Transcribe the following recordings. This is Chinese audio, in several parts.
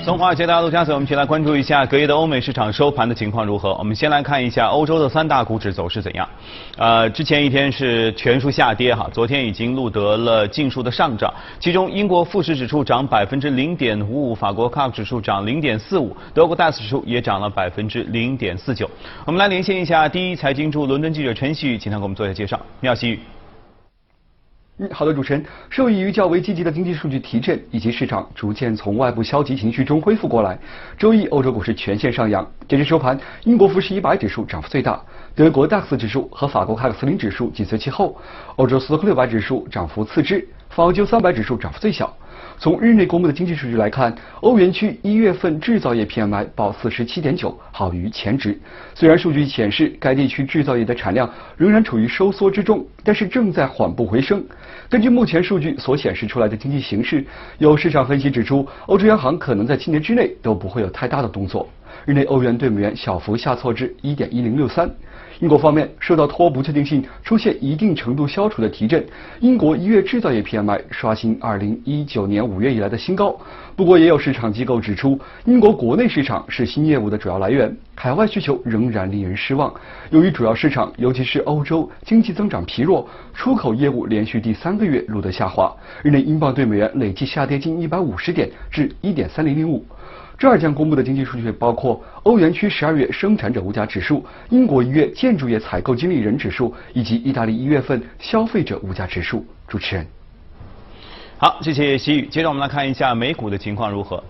从华尔街到陆家嘴，我们一起来关注一下隔夜的欧美市场收盘的情况如何。我们先来看一下欧洲的3大股指走势怎样。之前一天是全数下跌哈，昨天已经录得了净数的上涨，其中英国富时指数涨0.55%，法国 CAC 指数涨0.45%，德国 DAX 指数也涨了0.49%。我们来连线一下第一财经驻伦敦记者陈曦宇，请他给我们做一下介绍。你好，曦宇。 好的，主持人。受益于较为积极的经济数据提振，以及市场逐渐从外部消极情绪中恢复过来，周一欧洲股市全线上扬。截至收盘，英国富时100指数涨幅最大，德国 DAX 指数和法国CAC 40指数紧随其后，欧洲斯托克600指数涨幅次之，法国300指数涨幅最小。从日内公布的经济数据来看，欧元区1月份制造业 PMI 报47.9，好于前值。虽然数据显示该地区制造业的产量仍然处于收缩之中，但是正在缓步回升。根据目前数据所显示出来的经济形势，有市场分析指出，欧洲央行可能在今年之内都不会有太大的动作。日内欧元对美元小幅下挫至1.1063。英国方面受到脱欧不确定性出现一定程度消除的提振，英国1月制造业 PMI 刷新2019年5月以来的新高。不过也有市场机构指出，英国国内市场是新业务的主要来源，海外需求仍然令人失望。由于主要市场尤其是欧洲经济增长疲弱，出口业务连续第3个月录得下滑，日内英镑对美元累计下跌近150点至1.3005。周二将公布的经济数据包括欧元区12月生产者物价指数、英国1月建筑业采购经理人指数以及意大利1月份消费者物价指数。主持人， 好，谢谢曦宇。接着我们来看一下美股的情况如何。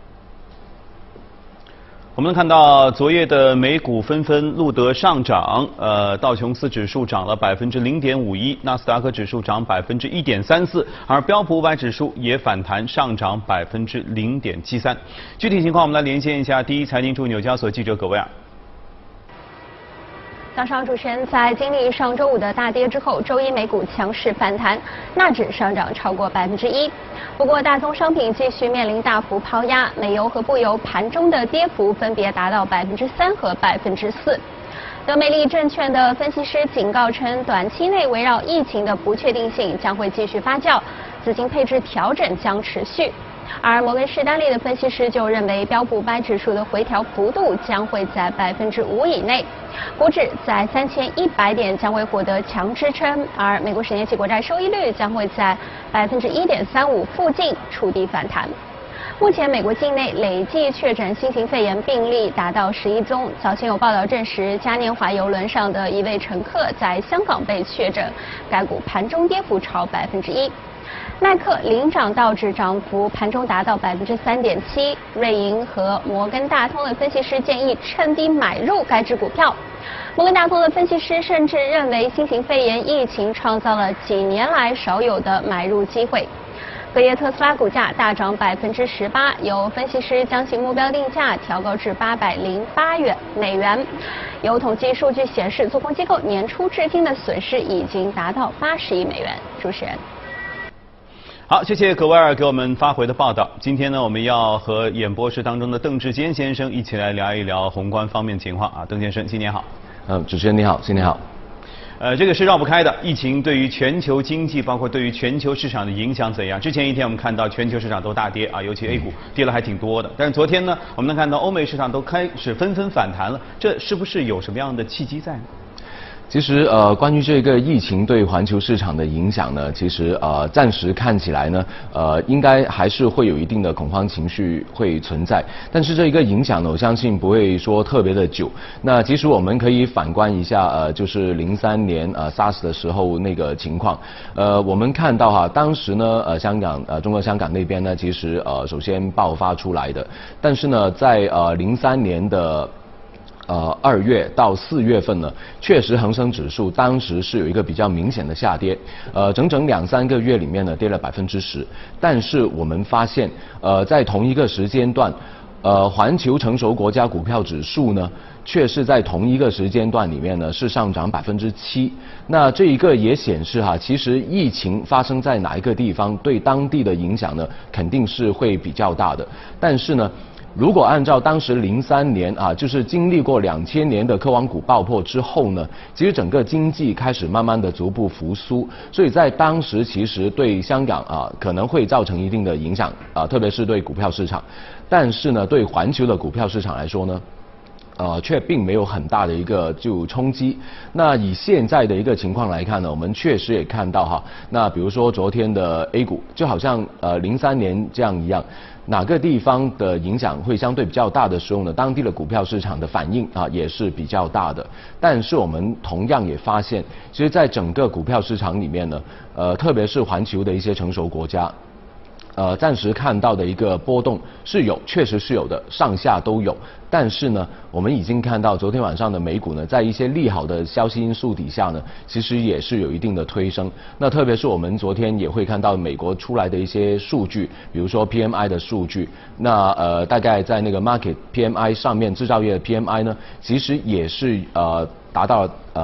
我们能看到昨夜的美股纷纷录得上涨，道琼斯指数涨了0.51%，纳斯达克指数涨1.34%，而标普500指数也反弹上涨0.73%。具体情况我们来连线一下第一财经驻纽交所记者葛维尔。 早上，主持人在经历上周五的大跌之后，周一美股强势反弹，纳指上涨超过1%。不过，大宗商品继续面临大幅抛压，美油和布油盘中的跌幅分别达到3%和4%。德美利证券的分析师警告称，短期内围绕疫情的不确定性将会继续发酵，资金配置调整将持续。而摩根士丹利的分析师就认为，标普500指数的回调幅度将会在5%以内，股指在3100点将会获得强支撑，而美国10年期国债收益率将会在1.35%附近触底反弹。目前美国境内累计确诊新型肺炎病例达到11宗。早前有报道证实，嘉年华邮轮上的一位乘客在香港被确诊，该股盘中跌幅超1%。耐克领涨道指涨幅盘中达到3.7%，瑞银和摩根大通的分析师建议趁低买入该只股票。摩根大通的分析师甚至认为，新型肺炎疫情创造了几年来少有的买入机会。隔夜特斯拉股价大涨18%，有分析师将其目标定价调高至808美元。有统计数据显示，做空机构年初至今的损失已经达到80亿美元。主持人。 好，谢谢葛维尔给我们发回的报道。今天呢，我们要和演播室当中的邓志坚先生一起来聊一聊宏观方面情况啊。邓先生，新年好。 主持人你好，新年好。 这个是绕不开的，疫情对于全球经济，包括对于全球市场的影响怎样？之前一天我们看到全球市场都大跌啊，尤其 A 股跌了还挺多的。但是昨天呢，我们能看到欧美市场都开始纷纷反弹了，这是不是有什么样的契机在呢？ 其实关于这个疫情对环球市场的影响呢，其实暂时看起来呢，应该还是会有一定的恐慌情绪会存在，但是这一个影响呢，我相信不会说特别的久。那其实我们可以反观一下就是03年SARS 的时候那个情况，我们看到哈，当时呢香港中国香港那边呢，其实首先爆发出来的，但是呢在03年的2月到4月份呢，确实恒生指数当时是有一个比较明显的下跌，整整2-3个月里面呢跌了10%。但是我们发现，在同一个时间段，环球成熟国家股票指数呢，却是在同一个时间段里面呢是上涨7%。那这一个也显示哈，其实疫情发生在哪一个地方，对当地的影响呢，肯定是会比较大的。但是呢， 如果按照当时03年啊，就是经历过2000年的科网股爆破之后呢，其实整个经济开始慢慢的逐步复苏，所以在当时其实对香港啊可能会造成一定的影响啊，特别是对股票市场，但是呢，对环球的股票市场来说呢，却并没有很大的一个就冲击。那以现在的一个情况来看呢，我们确实也看到哈，那比如说昨天的 A 股，就好像03年这样一样，哪个地方的影响会相对比较大的时候呢，当地的股票市场的反应啊也是比较大的。但是我们同样也发现，其实在整个股票市场里面呢，特别是环球的一些成熟国家。暂时看到的一个波动是有，确实是有的，上下都有。但是呢，我们已经看到昨天晚上的美股呢，在一些利好的消息因素底下呢，其实也是有一定的推升。那特别是我们昨天也会看到美国出来的一些数据，比如说 PMI 的数据。那大概在那个 Market PMI 上面，制造业的 PMI 呢，其实也是达到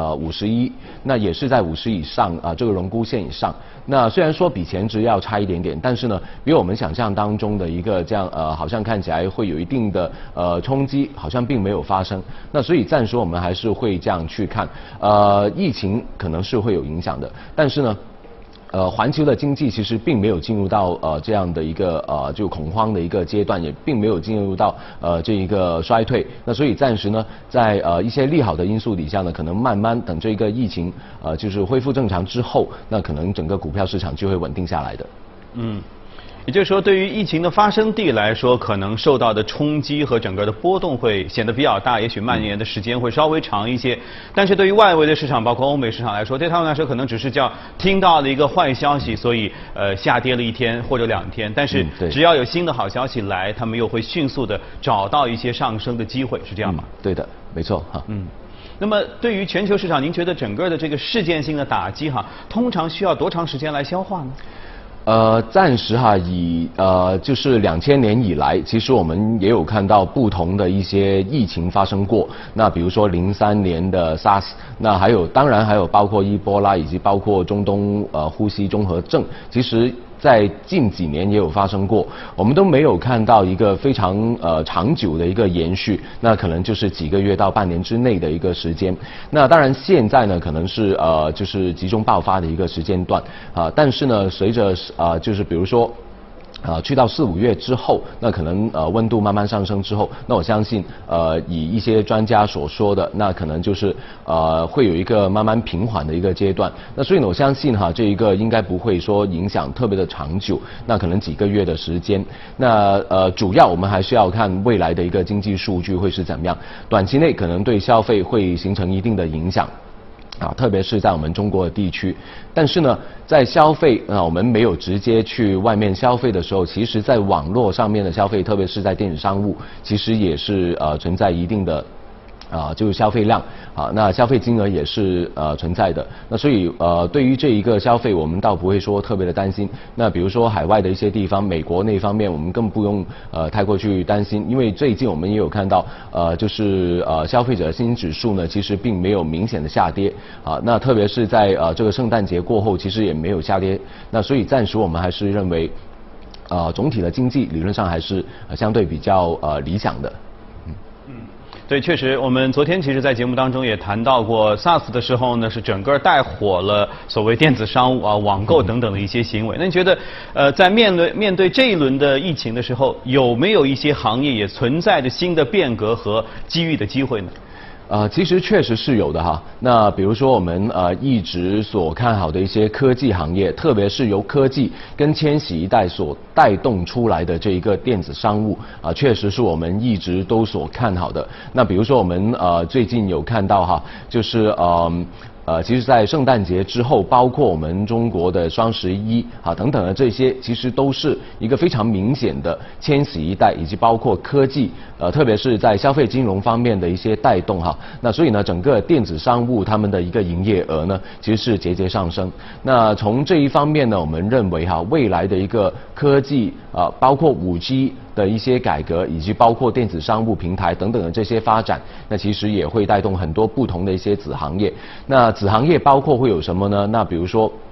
51，那也是在50以上啊，这个荣枯线以上。那虽然说比前值要差一点点，但是呢，比我们想象当中的一个这样好像看起来会有一定的冲击，好像并没有发生。那所以暂时我们还是会这样去看，疫情可能是会有影响的，但是呢。环球的经济其实并没有进入到这样的一个就恐慌的一个阶段，也并没有进入到这一个衰退。那所以暂时呢，在一些利好的因素底下呢，可能慢慢等这个疫情就是恢复正常之后，那可能整个股票市场就会稳定下来的。 也就是说，对于疫情的发生地来说，可能受到的冲击和整个的波动会显得比较大，也许蔓延的时间会稍微长一些。但是对于外围的市场，包括欧美市场来说，对他们来说可能只是叫听到了一个坏消息，所以下跌了1天或者2天。但是只要有新的好消息来，他们又会迅速的找到一些上升的机会，是这样吗？ 对的，没错哈。 那么对于全球市场，您觉得整个的这个事件性的打击通常需要多长时间来消化呢？ 暂时以就是2000年以来，其实我们也有看到不同的一些疫情发生过。那比如说03年的 SARS， 那当然还有包括伊波拉以及包括中东呼吸综合症，其实在近几年也有发生过，我们都没有看到一个非常长久的一个延续，那可能就是几个月到半年之内的一个时间。那当然现在呢，可能是就是集中爆发的一个时间段但是呢，随着就是比如说。去到4、5月之后，那可能温度慢慢上升之后，那我相信以一些专家所说的，那可能就是会有一个慢慢平缓的一个阶段。那所以呢，我相信这一个应该不会说影响特别的长久，那可能几个月的时间。那主要我们还是要看未来的一个经济数据会是怎么样，短期内可能对消费会形成一定的影响。特别是在我们中国的地区，但是呢，在消费我们没有直接去外面消费的时候，其实在网络上面的消费，特别是在电子商务，其实也是存在一定的就是消费量那消费金额也是存在的。那所以对于这一个消费，我们倒不会说特别的担心。那比如说海外的一些地方，美国那方面，我们更不用太过去担心，因为最近我们也有看到就是消费者信心指数呢，其实并没有明显的下跌那特别是在这个圣诞节过后，其实也没有下跌。那所以暂时我们还是认为总体的经济理论上还是相对比较理想的。 对，确实，我们昨天其实在节目当中也谈到过 ，SARS 的时候呢，是整个带火了所谓电子商务网购等等的一些行为。那你觉得，在面对这一轮的疫情的时候，有没有一些行业也存在着新的变革和机遇的机会呢？ 其实确实是有的那比如说我们一直所看好的一些科技行业，特别是由科技跟千禧一代所带动出来的这一个电子商务确实是我们一直都所看好的。那比如说我们最近有看到就是其实在圣诞节之后，包括我们中国的双11等等的这些，其实都是一个非常明显的千禧一代，以及包括科技特别是在消费金融方面的一些带动那所以呢，整个电子商务他们的一个营业额呢，其实是节节上升。那从这一方面呢，我们认为未来的一个科技包括5G的一些改革，以及包括电子商务平台等等的这些发展，那其实也会带动很多不同的一些子行业。那子行业包括会有什么呢？那比如说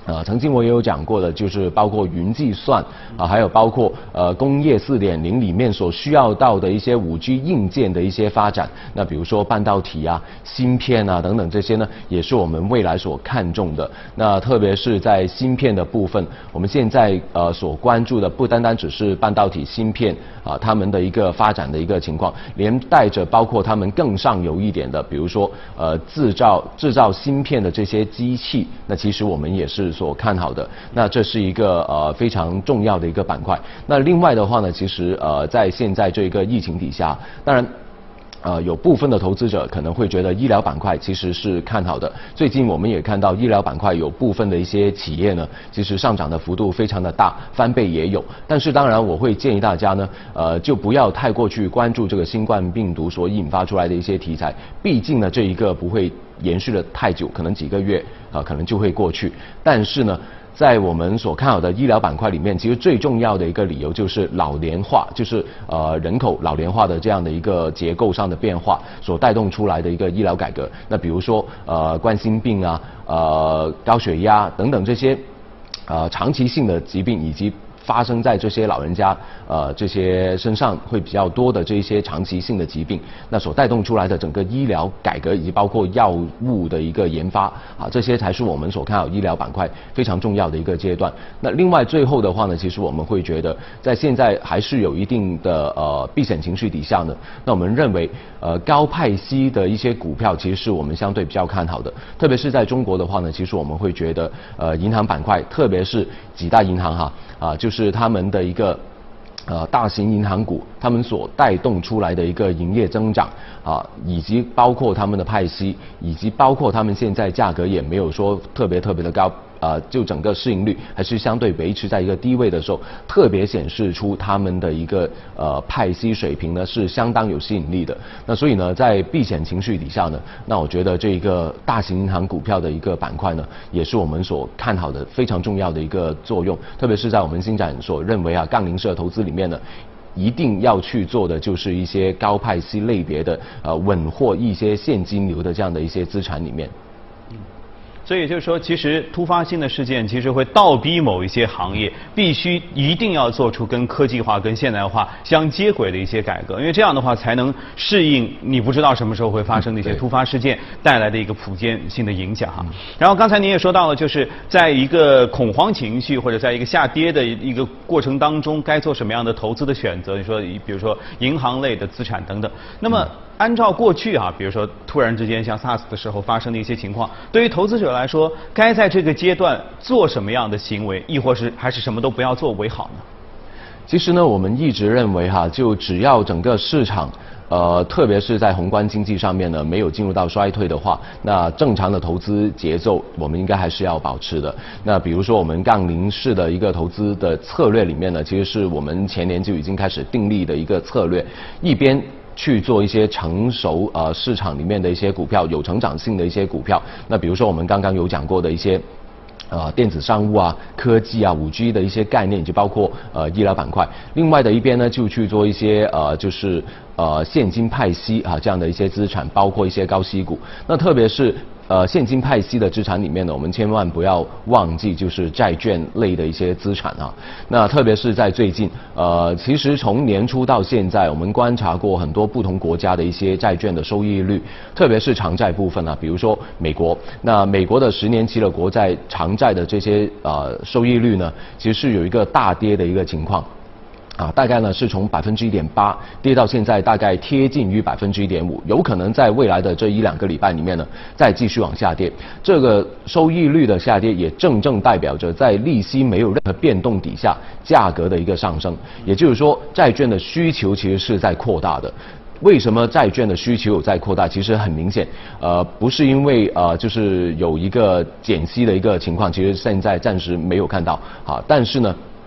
曾经我也有讲过的，就是包括云计算还有包括工业4.0里面所需要到的一些5G 硬件的一些发展。那比如说半导体啊、芯片啊等等这些呢，也是我们未来所看重的。那特别是在芯片的部分，我们现在所关注的不单单只是半导体芯片他们的一个发展的一个情况，连带着包括他们更上游一点的，比如说制造芯片的这些机器，那其实我们也是所看好的。那这是一个非常重要的一个板块。那另外的话呢，其实在现在这个疫情底下，当然有部分的投资者可能会觉得医疗板块其实是看好的。最近我们也看到医疗板块有部分的一些企业呢，其实上涨的幅度非常的大，翻倍也有。但是当然我会建议大家呢，就不要太过去关注这个新冠病毒所引发出来的一些题材，毕竟呢这一个不会延续的太久，可能几个月可能就会过去。但是呢，在我们所看好的医疗板块里面，其实最重要的一个理由就是老年化，就是人口老年化的这样的一个结构上的变化所带动出来的一个医疗改革。那比如说冠心病啊、高血压等等这些长期性的疾病，以及发生在这些老人家这些身上会比较多的这一些长期性的疾病，那所带动出来的整个医疗改革以及包括药物的一个研发这些才是我们所看好医疗板块非常重要的一个阶段。那另外最后的话呢，其实我们会觉得在现在还是有一定的避险情绪底下呢，那我们认为高派息的一些股票其实是我们相对比较看好的。特别是在中国的话呢，其实我们会觉得银行板块，特别是几大银行就是他们的一个大型银行股，他们所带动出来的一个营业增长以及包括他们的派息，以及包括他们现在价格也没有说特别的高。就整个市盈率还是相对维持在一个低位的时候，特别显示出他们的一个派息水平呢是相当有吸引力的。那所以呢，在避险情绪底下呢，那我觉得这一个大型银行股票的一个板块呢，也是我们所看好的非常重要的一个作用。特别是在我们星展所认为杠铃式投资里面呢，一定要去做的就是一些高派息类别的稳获一些现金流的这样的一些资产里面。 所以就是说，其实突发性的事件其实会倒逼某一些行业必须一定要做出跟科技化、跟现代化相接轨的一些改革，因为这样的话才能适应你不知道什么时候会发生的一些突发事件带来的一个普遍性的影响然后刚才您也说到了，就是在一个恐慌情绪或者在一个下跌的一个过程当中，该做什么样的投资的选择？你说，比如说银行类的资产等等。那么按照过去比如说突然之间像 SARS 的时候发生的一些情况，对于投资者来说，该在这个阶段做什么样的行为，亦或是还是什么都不要做为好呢？ 其实呢，我们一直认为就只要整个市场特别是在宏观经济上面呢没有进入到衰退的话，那正常的投资节奏我们应该还是要保持的。那比如说我们杠铃式的一个投资的策略里面呢，其实是我们前年就已经开始订立的一个策略，一边去做一些成熟市场里面的一些股票，有成长性的一些股票。那比如说我们刚刚有讲过的一些电子商务科技5G 的一些概念，以及包括医疗板块。另外的一边呢，就去做一些就是现金派息这样的一些资产，包括一些高息股。那特别是现金派息的资产里面呢，我们千万不要忘记就是债券类的一些资产那特别是在最近其实从年初到现在，我们观察过很多不同国家的一些债券的收益率，特别是长债部分比如说美国，那美国的10年期的国债长债的这些收益率呢，其实是有一个大跌的一个情况。大概呢是从1.8%跌到现在大概贴近于1.5%，有可能在未来的这1-2个礼拜里面呢再继续往下跌。这个收益率的下跌也正代表着在利息没有任何变动底下价格的一个上升，也就是说债券的需求其实是在扩大的。为什么债券的需求有在扩大？其实很明显，不是因为就是有一个减息的一个情况，其实现在暂时没有看到但是呢，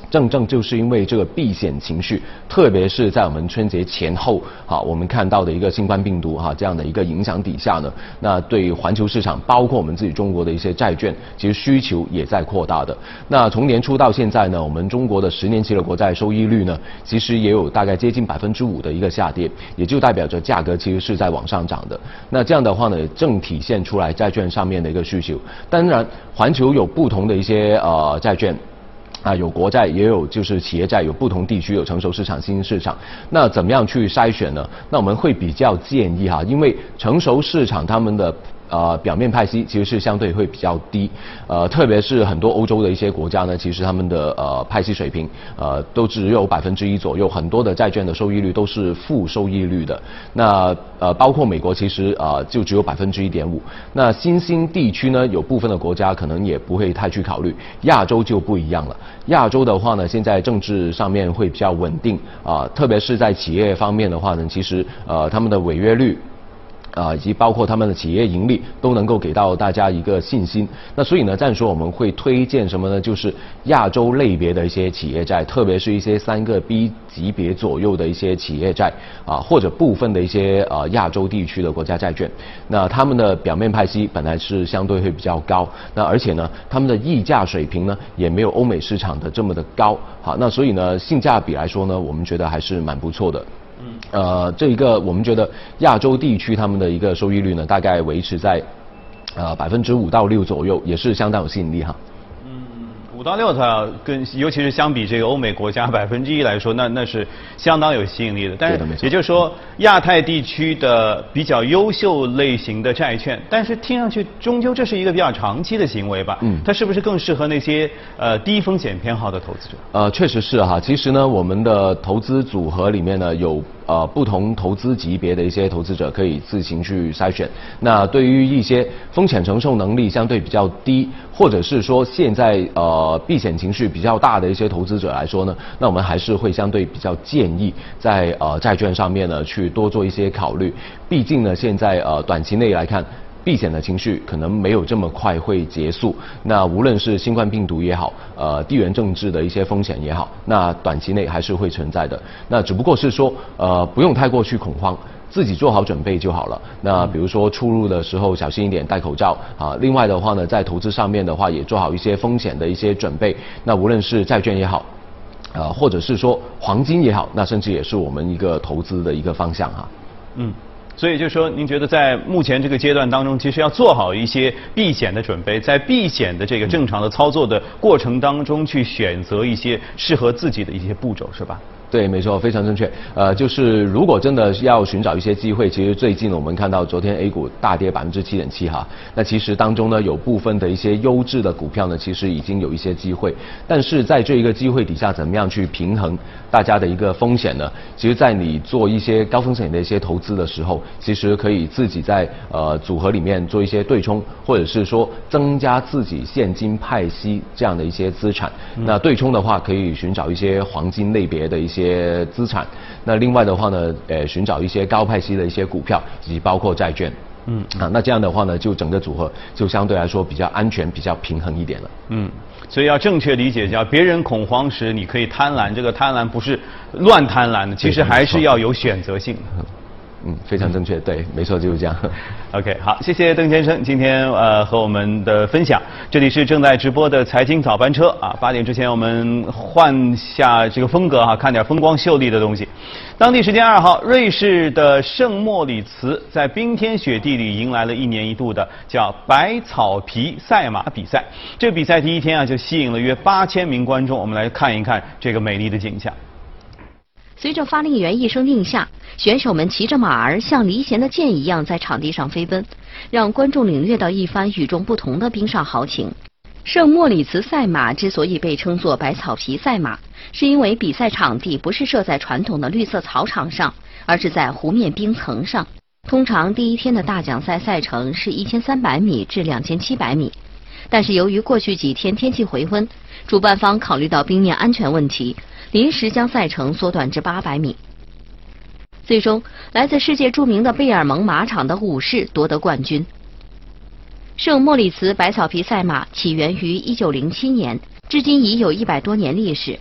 正就是因为这个避险情绪，特别是在我们春节前后我们看到的一个新冠病毒这样的一个影响底下呢，那对环球市场，包括我们自己中国的一些债券，其实需求也在扩大的。那从年初到现在呢，我们中国的10年期的国债收益率呢，其实也有大概接近5%的一个下跌，也就代表着价格其实是在往上涨的。那这样的话呢，正体现出来债券上面的一个需求。当然，环球有不同的一些债券。有国债，也有就是企业债，有不同地区，有成熟市场、新兴市场。那怎么样去筛选呢？那我们会比较建议因为成熟市场他们的表面派息其实是相对会比较低，特别是很多欧洲的一些国家呢，其实他们的派息水平都只有1%左右，很多的债券的收益率都是负收益率的。那包括美国其实就只有1.5%。那新兴地区呢，有部分的国家可能也不会太去考虑，亚洲就不一样了。亚洲的话呢，现在政治上面会比较稳定特别是在企业方面的话呢，其实他们的违约率以及包括他们的企业盈利都能够给到大家一个信心。那所以呢，暂时我们会推荐什么呢？就是亚洲类别的一些企业债，特别是一些3个 B 级别左右的一些企业债或者部分的一些亚洲地区的国家债券。那他们的表面派息本来是相对会比较高，那而且呢，他们的溢价水平呢也没有欧美市场的这么的高。那所以呢，性价比来说呢，我们觉得还是蛮不错的。这一个我们觉得亚洲地区他们的一个收益率呢，大概维持在5%到6%左右，也是相当有吸引力 5到6它尤其是相比这个欧美国家1%来说，那是相当有吸引力的。但是也就是说，亚太地区的比较优秀类型的债券，但是听上去终究这是一个比较长期的行为吧？它是不是更适合那些低风险偏好的投资者？ 确实是其实呢，我们的投资组合里面呢有不同投资级别的一些投资者可以自行去筛选。那对于一些风险承受能力相对比较低，或者是说现在避险情绪比较大的一些投资者来说呢，那我们还是会相对比较建议在债券上面呢去多做一些考虑。毕竟呢，现在短期内来看，避险的情绪可能没有这么快会结束。那无论是新冠病毒也好，地缘政治的一些风险也好，那短期内还是会存在的。那只不过是说不用太过去恐慌，自己做好准备就好了。那比如说出入的时候小心一点，戴口罩另外的话呢，在投资上面的话也做好一些风险的一些准备。那无论是债券也好，或者是说黄金也好，那甚至也是我们一个投资的一个方向所以就是说，您觉得在目前这个阶段当中，其实要做好一些避险的准备，在避险的这个正常的操作的过程当中，去选择一些适合自己的一些步骤，是吧？ 对，没错，非常正确。就是如果真的要寻找一些机会，其实最近我们看到昨天 A 股大跌7.7%那其实当中呢，有部分的一些优质的股票呢，其实已经有一些机会。但是在这一个机会底下，怎么样去平衡大家的一个风险呢？其实，在你做一些高风险的一些投资的时候，其实可以自己在组合里面做一些对冲，或者是说增加自己现金派息这样的一些资产。那对冲的话，可以寻找一些黄金类别的一些资产。那另外的话呢，寻找一些高派息的一些股票，以及包括债券。那这样的话呢，就整个组合就相对来说比较安全、比较平衡一点了。 所以要正确理解，叫别人恐慌时你可以贪婪，这个贪婪不是乱贪婪的，其实还是要有选择性的。 非常正确，对，没错，就是这样。 OK， 好，谢谢邓先生今天和我们的分享。这里是正在直播的财经早班车8点之前我们换下这个风格看点风光秀丽的东西。当地时间2号，瑞士的圣莫里茨在冰天雪地里迎来了1年1度的叫百草皮赛马比赛。这个比赛第一天就吸引了约8000名观众。我们来看一看这个美丽的景象。 随着发令员一声令下，选手们骑着马儿像离弦的箭一样在场地上飞奔，让观众领略到一番与众不同的冰上豪情。圣莫里茨赛马之所以被称作百草皮赛马，是因为比赛场地不是设在传统的绿色草场上，而是在湖面冰层上。通常第一天的大奖赛赛程是1300米至2700米，但是由于过去几天天气回温，主办方考虑到冰面安全问题，临时将赛程缩短至800米。最终，来自世界著名的贝尔蒙马场的武士夺得冠军。圣莫里茨百草皮赛马起源于1907年，至今已有100多年历史。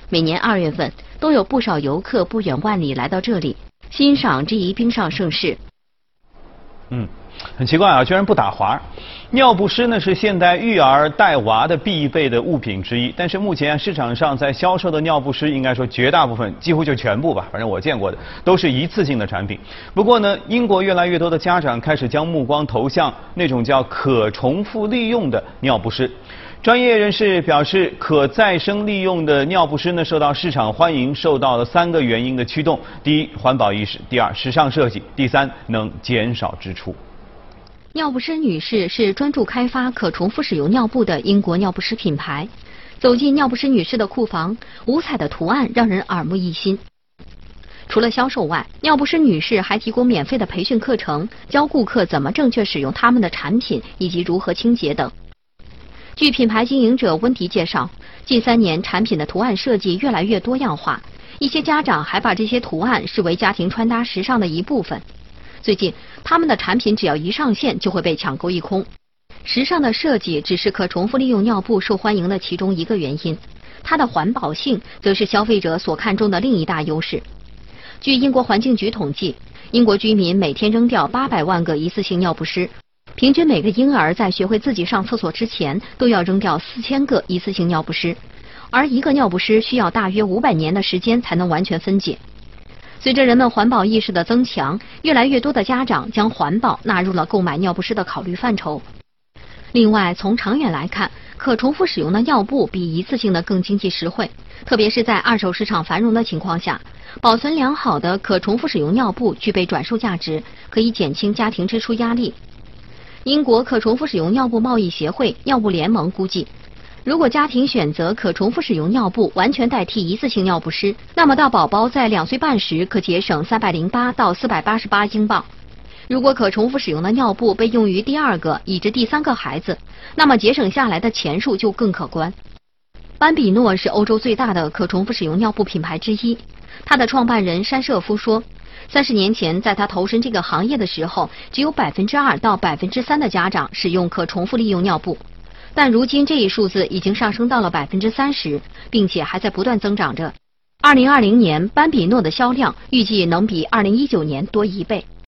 每年2月份都有不少游客不远万里来到这里欣赏这一冰上盛事。 很奇怪啊，居然不打滑。尿不湿呢是现代育儿带娃的必备的物品之一，但是目前市场上在销售的尿不湿，应该说绝大部分，几乎就全部吧，反正我见过的都是一次性的产品。不过呢，英国越来越多的家长开始将目光投向那种叫可重复利用的尿不湿。专业人士表示，可再生利用的尿不湿呢受到市场欢迎，受到了3个原因的驱动：第一，环保意识；第二，时尚设计；第三，能减少支出。 尿不湿女士是专注开发可重复使用尿布的英国尿不湿品牌。走进尿不湿女士的库房，五彩的图案让人耳目一新。除了销售外，尿不湿女士还提供免费的培训课程，教顾客怎么正确使用他们的产品以及如何清洁等。据品牌经营者温迪介绍，近3年产品的图案设计越来越多样化，一些家长还把这些图案视为家庭穿搭时尚的一部分。最近，他们的产品只要一上线就会被抢购一空。时尚的设计只是可重复利用尿布受欢迎的其中一个原因，它的环保性则是消费者所看重的另一大优势。据英国环境局统计，英国居民每天扔掉800万个一次性尿不湿，平均每个婴儿在学会自己上厕所之前都要扔掉4000个一次性尿不湿，而一个尿不湿需要大约500年的时间才能完全分解。随着人们环保意识的增强，越来越多的家长将环保纳入了购买尿不湿的考虑范畴。另外，从长远来看，可重复使用的尿布比一次性的更经济实惠，特别是在二手市场繁荣的情况下，保存良好的可重复使用尿布具备转售价值，可以减轻家庭支出压力。英国可重复使用尿布贸易协会尿布联盟估计，如果家庭选择可重复使用尿布完全代替一次性尿不湿，那么到宝宝在2岁半时可节省308到488英镑。如果可重复使用的尿布被用于第2个以至第3个孩子，那么节省下来的钱数就更可观。班比诺是欧洲最大的可重复使用尿布品牌之一，它的创办人山舍夫说，30年前在他投身这个行业的时候，只有2%到3%的家长使用可重复利用尿布。但如今这一数字已经上升到了30%，并且还在不断增长着。2020年，班比诺的销量预计能比2019年多1倍。